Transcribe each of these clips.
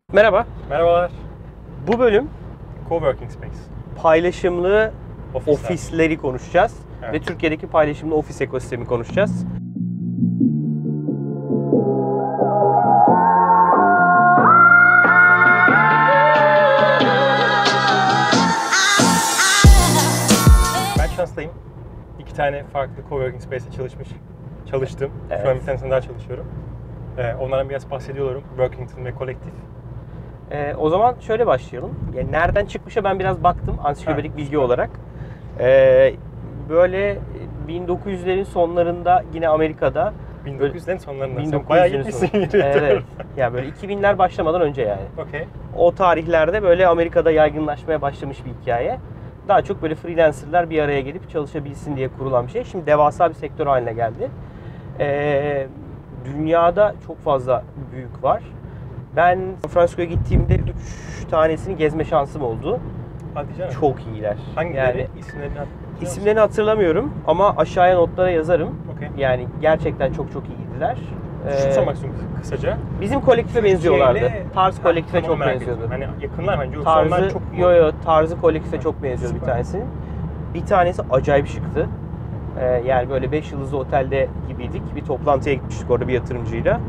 Merhaba. Merhabalar. Bu bölüm Coworking Space. paylaşımlı Ofisler. ofisleri konuşacağız. Evet. Ve Türkiye'deki paylaşımlı ofis ekosistemi konuşacağız. Ben şanslıyım. 2 tane farklı Coworking Space'te çalıştım. Evet. Şu an bir tanesinde daha çalışıyorum. Onlardan biraz bahsediyorum. Workington ve Kolektif. O zaman şöyle başlayalım. Yani nereden çıkmışa ben biraz baktım ansiklopedik bilgi olarak. Böyle 1900'lerin sonlarında yine Amerika'da 1900'lerin sonlarında. Sen 1900'lerin bayağı gitmişsin. Evet. Ya böyle 2000'ler başlamadan önce yani. Okey. O tarihlerde böyle Amerika'da yaygınlaşmaya başlamış bir hikaye. Daha çok böyle freelancerlar bir araya gelip çalışabilsin diye kurulan bir şey. Şimdi devasa bir sektör haline geldi. Dünyada çok fazla büyük var. Ben San Francisco'ya gittiğimde 3 tanesini gezme şansım oldu. Hadi canım. Çok iyiler. Hangileri? Yani İsimlerini hatırlamıyorum ama aşağıya notlara yazarım. Okey. Yani gerçekten çok iyiydiler. Şunu sormak istiyorum kısaca. Bizim kolektife benziyorlardı. Türkiye ile- Tarz kolektife Tam çok onu merak benziyordu. ettim. Hani yakınlar bence. Yoksa onlar Tarzı, çok tarzı kolektife çok benziyordu bir Süper. tanesinin. Bir tanesi acayip şıktı. Yani böyle 5 yıldızlı otelde gibiydik. Bir toplantıya gitmiştik orada bir yatırımcıyla.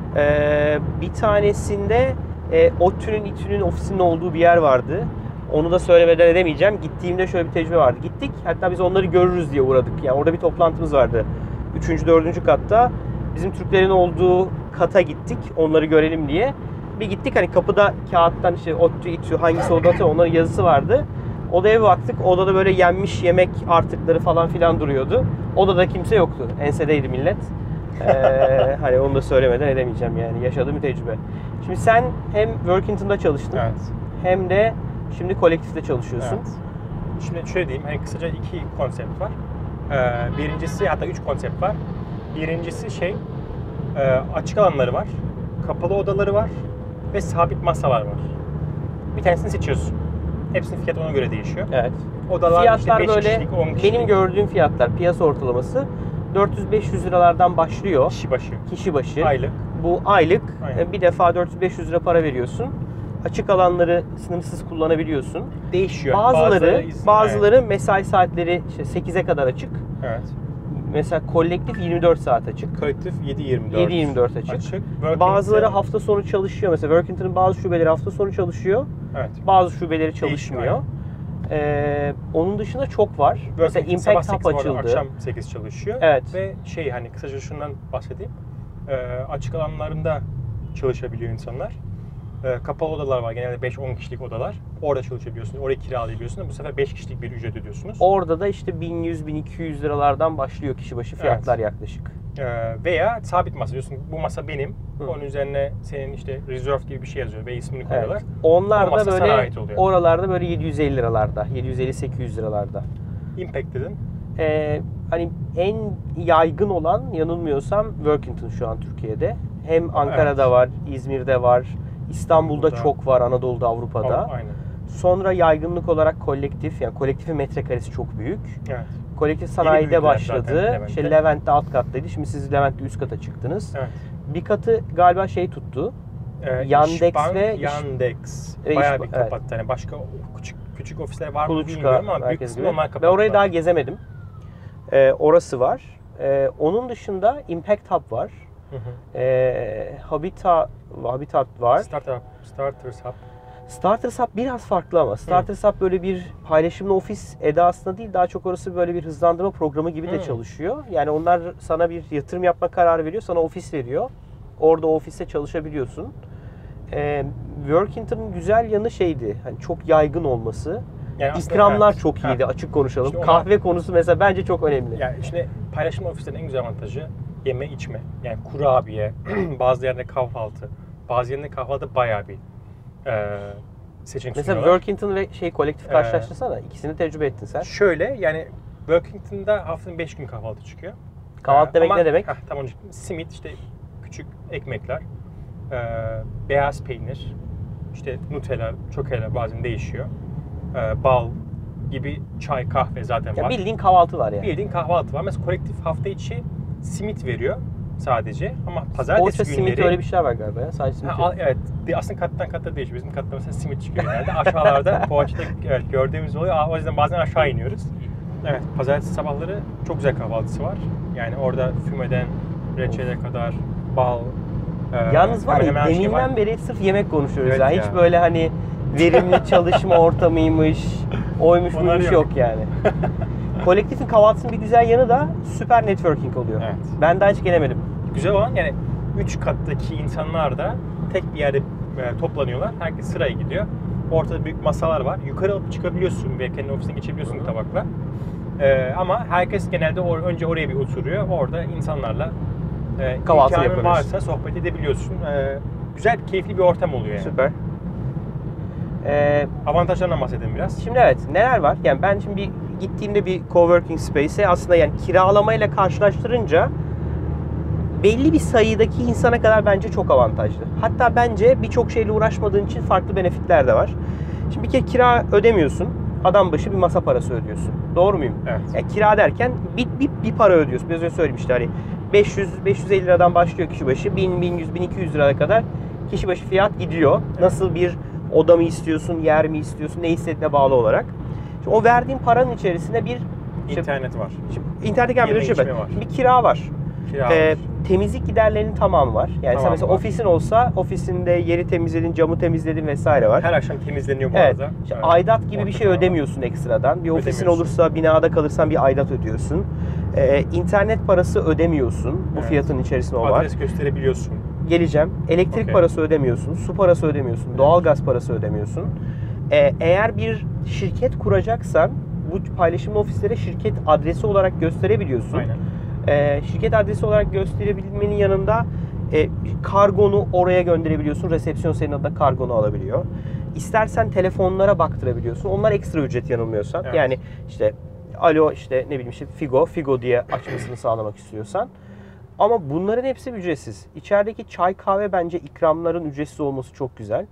Bir tanesinde ODTÜ'nün, İTÜ'nün ofisinin olduğu bir yer vardı. Onu da söylemeden edemeyeceğim. Gittiğimde şöyle bir tecrübe vardı. Gittik, hatta biz onları görürüz diye uğradık. Yani orada bir toplantımız vardı. 3. 4. katta. Bizim Türklerin olduğu kata gittik, onları görelim diye. Bir gittik, hani kapıda kağıttan işte ODTÜ, İTÜ hangisi odası, onların yazısı vardı. Odaya bir baktık, odada böyle yenmiş yemek artıkları falan filan duruyordu. Odada kimse yoktu, ensedeydi millet. Hani onu da söylemeden edemeyeceğim yani, yaşadığım bir tecrübe. Şimdi sen hem Workington'da çalıştın, Evet. hem de şimdi kolektifte çalışıyorsun. Evet. Şimdi şöyle diyeyim, hani kısaca 2 konsept var. Birincisi, hatta 3 konsept var. Birincisi açık alanları var, kapalı odaları var ve sabit masalar var. Bir tanesini seçiyorsun. Hepsinin fiyatı ona göre değişiyor. Evet. Odalar Fiyatlar işte 5 böyle, kişilik, 10 kişilik. benim gördüğüm fiyatlar, piyasa ortalaması 400-500 liralardan başlıyor. Kişi başı. Kişi başı. Aylık. Bu aylık. Aynen. Bir defa 400-500 lira para veriyorsun. Açık alanları sınırsız kullanabiliyorsun. Değişiyor. Bazıları mesai saatleri işte 8'e kadar açık. Evet. Mesela kolektif 24 saat açık. Kolektif 7/24. 7/24 açık. Workington- Bazıları hafta sonu çalışıyor. Mesela Workington'ın bazı şubeleri hafta sonu çalışıyor. Evet. Bazı şubeleri çalışmıyor. Onun dışında çok var. Mesela Workington Impact sabah Hub 8 var, açıldı. akşam 8 çalışıyor. Evet. Ve hani kısaca şundan bahsedeyim. Açık alanlarında çalışabiliyor insanlar. Kapalı odalar var. Genelde 5-10 kişilik odalar. Orada çalışabiliyorsunuz. Orayı kiralayabiliyorsunuz. Bu sefer 5 kişilik bir ücret ödüyorsunuz. Orada da işte 1100-1200 liralardan başlıyor kişi başı fiyatlar yaklaşık. Veya sabit masa diyorsun. Bu masa benim. Hı. Onun üzerine senin işte reserve gibi bir şey yazıyor ve ismini koyuyorlar. Evet. Onlar O da masa sana böyle ait oluyor. oralarda böyle 750 liralarda, 750-800 liralarda. Impact dedin. Hani en yaygın olan yanılmıyorsam Workington şu an Türkiye'de. Hem Ankara'da Evet. var, İzmir'de var, İstanbul'da Burada. çok var, Anadolu'da, Avrupa'da. Aynen. Sonra yaygınlık olarak kolektif, yani kolektifin metrekaresi çok büyük. Evet. Kolektif sanayide büyüdüler başladı. zaten Levent'te. İşte Levent'te alt kattaydı. Şimdi siz Levent'te üst kata çıktınız. Evet. Bir katı galiba tuttu. Yandex İşbank, ve Yandex ve bayağı İş- bir kapattı. Yani başka küçük ofisler var mı Kuluçka bilmiyorum ama büyük merkezi kısmı gibi. onlar Ben kapattı. orayı daha gezemedim. Orası var. Onun dışında Impact Hub var. Hı hı. Habitat var. Starters Hub. Starters Hub biraz farklı ama. Starters Hub böyle bir paylaşımlı ofis edasında değil, daha çok orası böyle bir hızlandırma programı gibi de çalışıyor. Yani onlar sana bir yatırım yapma kararı veriyor, sana ofis veriyor. Orada o ofiste çalışabiliyorsun. Workington'ın güzel yanı hani çok yaygın olması. Yani aslında İkramlar evet. çok iyiydi, açık konuşalım. İşte Kahve konusu mesela bence çok önemli. Yani şimdi paylaşımlı ofislerin en güzel avantajı yeme içme. Yani kurabiye, bazı yerinde kahvaltı. Bazı yerinde kahvaltı bayağı bir seçenek Mesela sunuyorlar. Workington ve kolektif karşılaştırsana. İkisini tecrübe ettin sen. Şöyle yani Workington'da haftanın 5 gün kahvaltı çıkıyor. Kahvaltı demek ne demek? Tamam, simit, işte küçük ekmekler, beyaz peynir, işte Nutella, Çökelek bazen değişiyor, bal gibi, çay, kahve zaten Ya var. bildiğin kahvaltı var yani. Bildiğin kahvaltı var. Mesela kolektif hafta içi simit veriyor. sadece. Ama Poğaça, pazartesi simit günleri... öyle bir şeyler var galiba ya. Sadece simit yok. Evet. Aslında kattan kata değişiyor. Bizim katta mesela simit çıkıyor genelde. Aşağılarda poğaçada evet, gördüğümüz oluyor. O yüzden bazen aşağı iniyoruz. Evet. Pazartesi sabahları çok güzel kahvaltısı var. Yani orada fümeden reçele kadar bal... Yalnız var ya, hemen her şey deminden var. beri sırf yemek konuşuyoruz Evet ya. ya. Hiç böyle hani verimli çalışma ortamıymış, oymuş Onlar buymuş yok yani. Kolektifin kahvaltısının bir güzel yanı da süper networking oluyor. Evet. Ben daha hiç gelemedim. Güzel olan yani 3 kattaki insanlar da tek bir yerde toplanıyorlar. Herkes sıraya gidiyor. Ortada büyük masalar var. Yukarı alıp çıkabiliyorsun ve kendi ofisine geçebiliyorsun tabakla. Ama herkes genelde önce oraya bir oturuyor. Orada insanlarla Kahvaltı imkanın yapabiliyorsun. varsa sohbet edebiliyorsun. Güzel, keyifli bir ortam oluyor yani. Süper. Avantajlarından bahsedelim biraz. Şimdi evet, neler var? Yani ben şimdi gittiğimde bir coworking space'e aslında yani kiralamayla karşılaştırınca belli bir sayıdaki insana kadar bence çok avantajlı. Hatta bence birçok şeyle uğraşmadığın için farklı benefitler de var. Şimdi bir kere kira ödemiyorsun. Adam başı bir masa parası ödüyorsun. Doğru muyum? Evet. Yani kira derken bir para ödüyorsun. Biraz önce söyledim işte hani 500-550 liradan başlıyor kişi başı. 1000, 1100, 1200 liraya kadar kişi başı fiyat gidiyor. Nasıl bir oda mı istiyorsun, yer mi istiyorsun, ne istediğine bağlı olarak. Şimdi o verdiğin paranın içerisinde bir İnternet var. internet gelmeden Yeme önce içme var. bir kira var. Kira var. Temizlik giderlerinin tamamı var. Yani sen Tamamı mesela var. ofisin olsa ofisinde yeri temizledin, camı temizledin vesaire var. Her akşam temizleniyor bu Evet. arada. İşte Evet. aidat gibi bir şey Ortak ödemiyorsun ekstradan. Bir ofisin Ödemiyorsun. olursa, binada kalırsan bir aidat ödüyorsun. İnternet parası ödemiyorsun. Bu Evet. fiyatın içerisinde o var. Adres gösterebiliyorsun. Geleceğim. Elektrik Okey. parası ödemiyorsun, su parası ödemiyorsun, doğalgaz parası ödemiyorsun. Eğer bir şirket kuracaksan bu paylaşımlı ofislere şirket adresi olarak gösterebiliyorsun. Aynen. Şirket adresi olarak gösterebilmenin yanında kargonu oraya gönderebiliyorsun. Resepsiyon senin adına kargonu alabiliyor. İstersen telefonlara baktırabiliyorsun. Onlar ekstra ücret yanılmıyorsan. Evet. Yani işte alo işte ne bileyim işte Figo diye açmasını sağlamak istiyorsan. Ama bunların hepsi ücretsiz. İçerideki çay kahve bence ikramların ücretsiz olması çok güzel.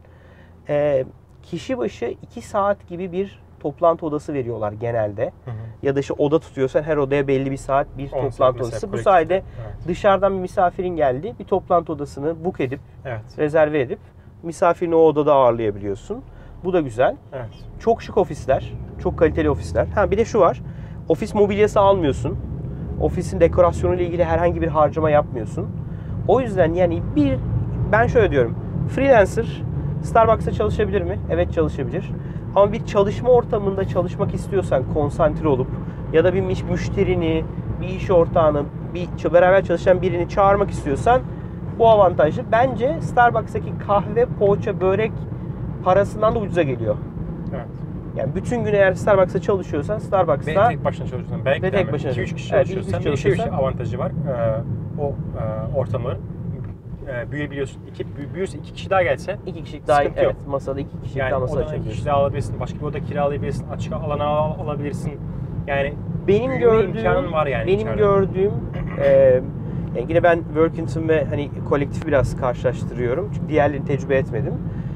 Kişi başı 2 saat gibi bir toplantı odası veriyorlar genelde. Hı hı. Ya da işte oda tutuyorsan her odaya belli bir saat bir Konser toplantı mesela, odası. Bu kolektif. sayede Evet. dışarıdan bir misafirin geldi. Bir toplantı odasını book edip, Evet. rezerve edip misafirini o odada ağırlayabiliyorsun. Bu da güzel. Evet. Çok şık ofisler. Çok kaliteli ofisler. Bir de şu var. Ofis mobilyası almıyorsun. Ofisin dekorasyonu ile ilgili herhangi bir harcama yapmıyorsun. O yüzden yani ben şöyle diyorum. Freelancer Starbucks'ta çalışabilir mi? Evet, çalışabilir. Ama bir çalışma ortamında çalışmak istiyorsan, konsantre olup ya da bir müşterini, bir iş ortağını, beraber çalışan birini çağırmak istiyorsan bu avantajlı. Bence Starbucks'taki kahve, poğaça, börek parasından da ucuza geliyor. Evet. Yani bütün gün eğer Starbucks'ta çalışıyorsan Ve Starbucks'ta tek başına çalışıyorsan, belki Ve de tek başına 2-3 kişi evet, çalışıyorsan, iki bir kişi şey avantajı var. Ortamların büyüyebiliyorsun. Büyürse 2 kişi daha gelse 2 kişilik daha sıkıntı yok. evet, masada 2 kişilik yani daha masa odanın 2 açabiliyorsun. kişi daha alabilirsin, başka bir oda kiralayabilirsin, açık alana alabilirsin. Yani Benim büyüme imkanın var yani benim içeride. gördüğüm yani yine ben Workington ve hani kolektif biraz karşılaştırıyorum. Çünkü diğerlerini tecrübe etmedim.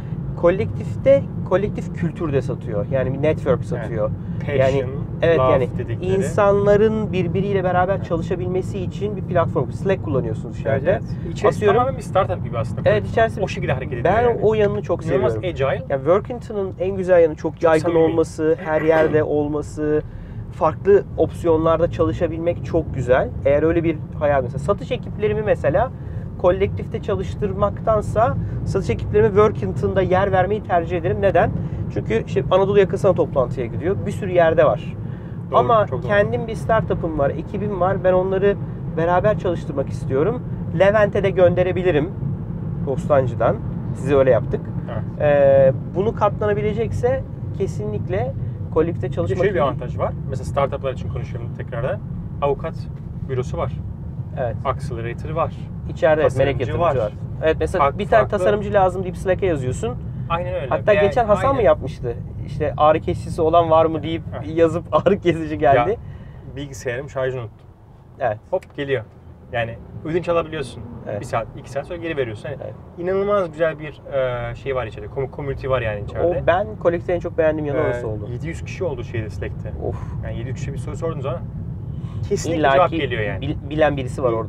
Kolektif kültür de satıyor. Yani bir network satıyor. Passion, Yani evet love yani dedikleri. insanların birbiriyle beraber çalışabilmesi için bir platform. Slack kullanıyorsunuz içeride. Evet. İçerisi Atıyorum- tamamen bir startup gibi aslında. Evet, içerisi o şekilde hareket ediyor. Ben yani. o yanını çok İnanılmaz seviyorum. agile. Yani Workington'ın en güzel yanı çok yaygın samimi. olması, her yerde olması, farklı opsiyonlarda çalışabilmek çok güzel. Eğer öyle bir hayal mesela satış ekiplerimi mesela kolektifte çalıştırmaktansa satış ekiplerime Workington'da yer vermeyi tercih ederim. Neden? Çünkü işte Anadolu yakasına toplantıya gidiyor. Bir sürü yerde var. Doğru, Ama çok doğru. kendim bir startup'ım var, ekibim var. Ben onları beraber çalıştırmak istiyorum. Levent'e de gönderebilirim. Bostancı'dan. Size öyle yaptık. Evet. Bunu katlanabilecekse kesinlikle kolektifte çalışmak Şöyle bir iyi. avantajı var. Mesela startuplar için konuşuyorum tekrardan. Avukat bürosu var. Evet. Accelerator var. İçeride evet, melek Tasarımcı yatırımcı var. var. Evet, mesela Farklı bir tane farklı- tasarımcı lazım deyip Slack'e yazıyorsun. Aynen öyle. Hatta Veya- geçen Hasan mı aynen. yapmıştı? İşte ağrı kesicisi olan var mı deyip Evet. yazıp ağrı kesici geldi. Ya, bilgisayarım şarjını unuttum. Evet. Hop geliyor. Yani ödünç alabiliyorsun. Evet. 1 saat, 2 saat sonra geri veriyorsun. Yani Evet. İnanılmaz güzel bir şey var içeride. Community var yani içeride. O ben kolektifte en çok beğendiğim yanı orası oldu. 700 kişi oldu şeyde Slack'te. Of. Yani 700 kişiye bir soru sordunuz ama kesinlikle İlla cevap ki geliyor yani. bilen birisi var orada.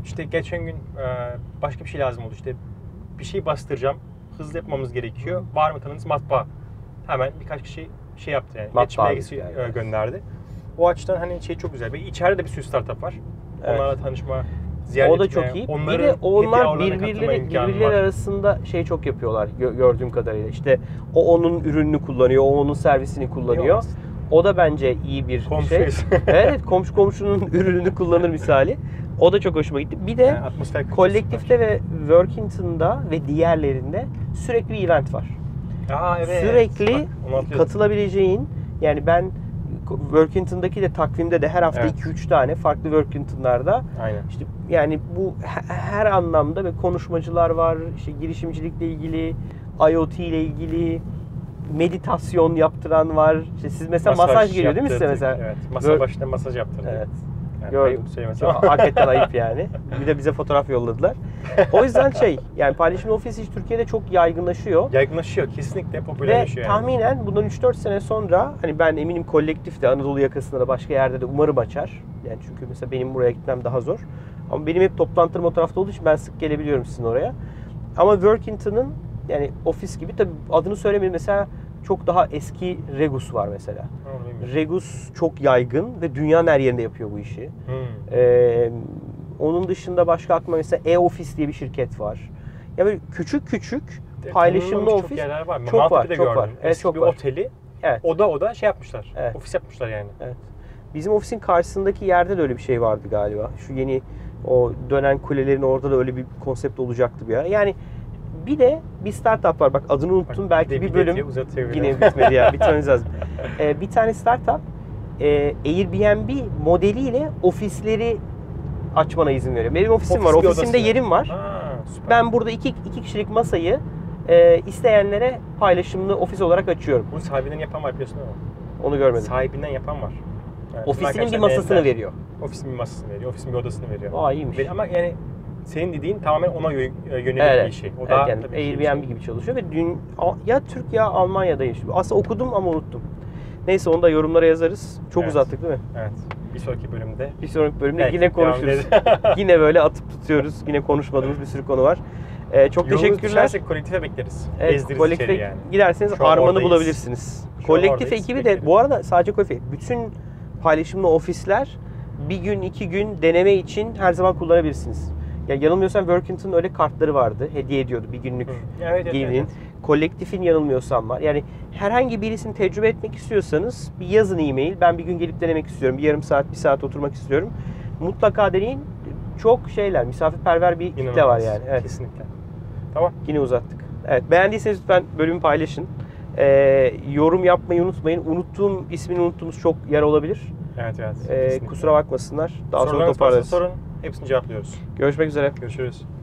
İşte geçen gün başka bir şey lazım oldu. İşte bir şey bastıracağım. Hızlı yapmamız gerekiyor. Var mı tanıdığınız matbaa? Hemen birkaç kişi şey yaptı yani. İletişim bilgisi gönderdi. O açıdan hani şey çok güzel. Ve içeride de bir sürü startup var. Evet. Onlarla tanışma, ziyaret O da etme, çok iyi. Bir onların de onlar happy hour'larına katılma imkanı birbirleri var. arasında şey çok yapıyorlar gördüğüm kadarıyla. İşte o onun ürününü kullanıyor, o onun servisini kullanıyor. Yok. O da bence iyi bir şey. Komşuyuz. Evet, komşu komşunun ürününü kullanır misali. O da çok hoşuma gitti. Bir de Yani atmosfer Kolektif'te ve Workington'da ve diğerlerinde sürekli bir event var. Aa, evet. Sürekli Bak, onu hatırlıyorum. katılabileceğin, yani ben Workington'daki de takvimde de her hafta Evet. 2-3 tane farklı Workington'larda Aynen. işte yani bu her anlamda ve konuşmacılar var, işte girişimcilikle ilgili, IoT ile ilgili, meditasyon yaptıran var. İşte siz mesela masaj geliyor değil mi size yaptırdık. mesela? Evet. Masa başında masaj yaptırdık. Evet. Yani Gördüm. ayıp söylemesi Çok ama. hakikaten ayıp yani. Bir de bize fotoğraf yolladılar. O yüzden yani paylaşımlı ofis iş Türkiye'de çok yaygınlaşıyor. Yaygınlaşıyor. Kesinlikle Ve popülerleşiyor yani. tahminen bundan 3-4 sene sonra hani ben eminim Kolektif de Anadolu yakasında da başka yerde de umarım açar. Yani çünkü mesela benim buraya gitmem daha zor. Ama benim hep toplantılarım o tarafta olduğu için ben sık gelebiliyorum sizin oraya. Ama Workington'ın yani ofis gibi tabii adını söylemeyin mesela çok daha eski Regus var mesela. Onu bilmiyorum. Regus çok yaygın ve dünyanın her yerinde yapıyor bu işi. Onun dışında başka aklıma mesela e-office diye bir şirket var. Ya böyle küçük paylaşımlı Tanınmamış ofis çok yerler var. çok var, Maltepe'de çok gördüm. var. Evet, Eski çok bir var. oteli. Evet. Oda şey yapmışlar. Evet. Ofis yapmışlar yani. Evet. Bizim ofisin karşısındaki yerde de öyle bir şey vardı galiba. Şu yeni o dönen kulelerin orada da öyle bir konsept olacaktı bir ara. Yani bir de bir startup var. Bak adını unuttum. Bak, Belki bir bölüm diye uzatıyor yine bitmedi ya. Bitirmemiz lazım. Bir tane startup Airbnb modeliyle ofisleri açmana izin veriyor. Benim ofisim var. Ofis bir Ofisimde odası. yerim var. Aa, süper. Ben burada iki kişilik masayı isteyenlere paylaşımlı ofis olarak açıyorum. Bunu sahibinden yapan var biliyorsun ama. Onu görmedim. Sahibinden yapan var. Yani Ofisinin bir arkadaşlar masasını beğendiler. veriyor. Ofisin bir masasını veriyor. Ofisin bir odasını veriyor. Aa iyiymiş. Ama yani senin dediğin tamamen ona yönelik Evet. bir şey. O Evet, da yani tabii ki Airbnb gibi çalışıyor ve ya Türk ya Almanya'da yaşıyor. Aslında okudum ama unuttum. Neyse onu da yorumlara yazarız. Çok Evet. uzattık değil mi? Evet. Bir sonraki bölümde Bir sonraki bölümde belki yine devam konuşuruz. ederiz. Yine böyle atıp tutuyoruz. Yine konuşmadığımız bir sürü konu var. Çok Yolunuz teşekkürler. düşersek kolektife bekleriz. Evet, Gezdiririz kolektife içeri yani. giderseniz Şu an Arman'ı oradayız. bulabilirsiniz. Şu an Kolektif oradayız, ekibi de bekleriz. bu arada sadece kolektif, bütün paylaşımlı ofisler bir gün 2 gün deneme için her zaman kullanabilirsiniz. Ya yanılmıyorsam Workington'ın öyle kartları vardı. Hediye ediyordu bir günlük Evet, giyiminin. Kolektifin yanılmıyorsam var. Yani herhangi birisini tecrübe etmek istiyorsanız bir yazın e-mail. Ben bir gün gelip denemek istiyorum. Bir yarım saat, bir saat oturmak istiyorum. Mutlaka deneyin. Çok misafirperver bir kitle var İnanılmaz. yani. Evet. Kesinlikle. Tamam. Yine uzattık. Evet, beğendiyseniz lütfen bölümü paylaşın. Yorum yapmayı unutmayın. İsmini unuttuğumuz çok yer olabilir. Evet. Kesinlikle. Kusura bakmasınlar. Daha sonra Sorularınız varsa toparlarız. sorun. Hepsini cevaplıyoruz. Görüşmek üzere. Görüşürüz.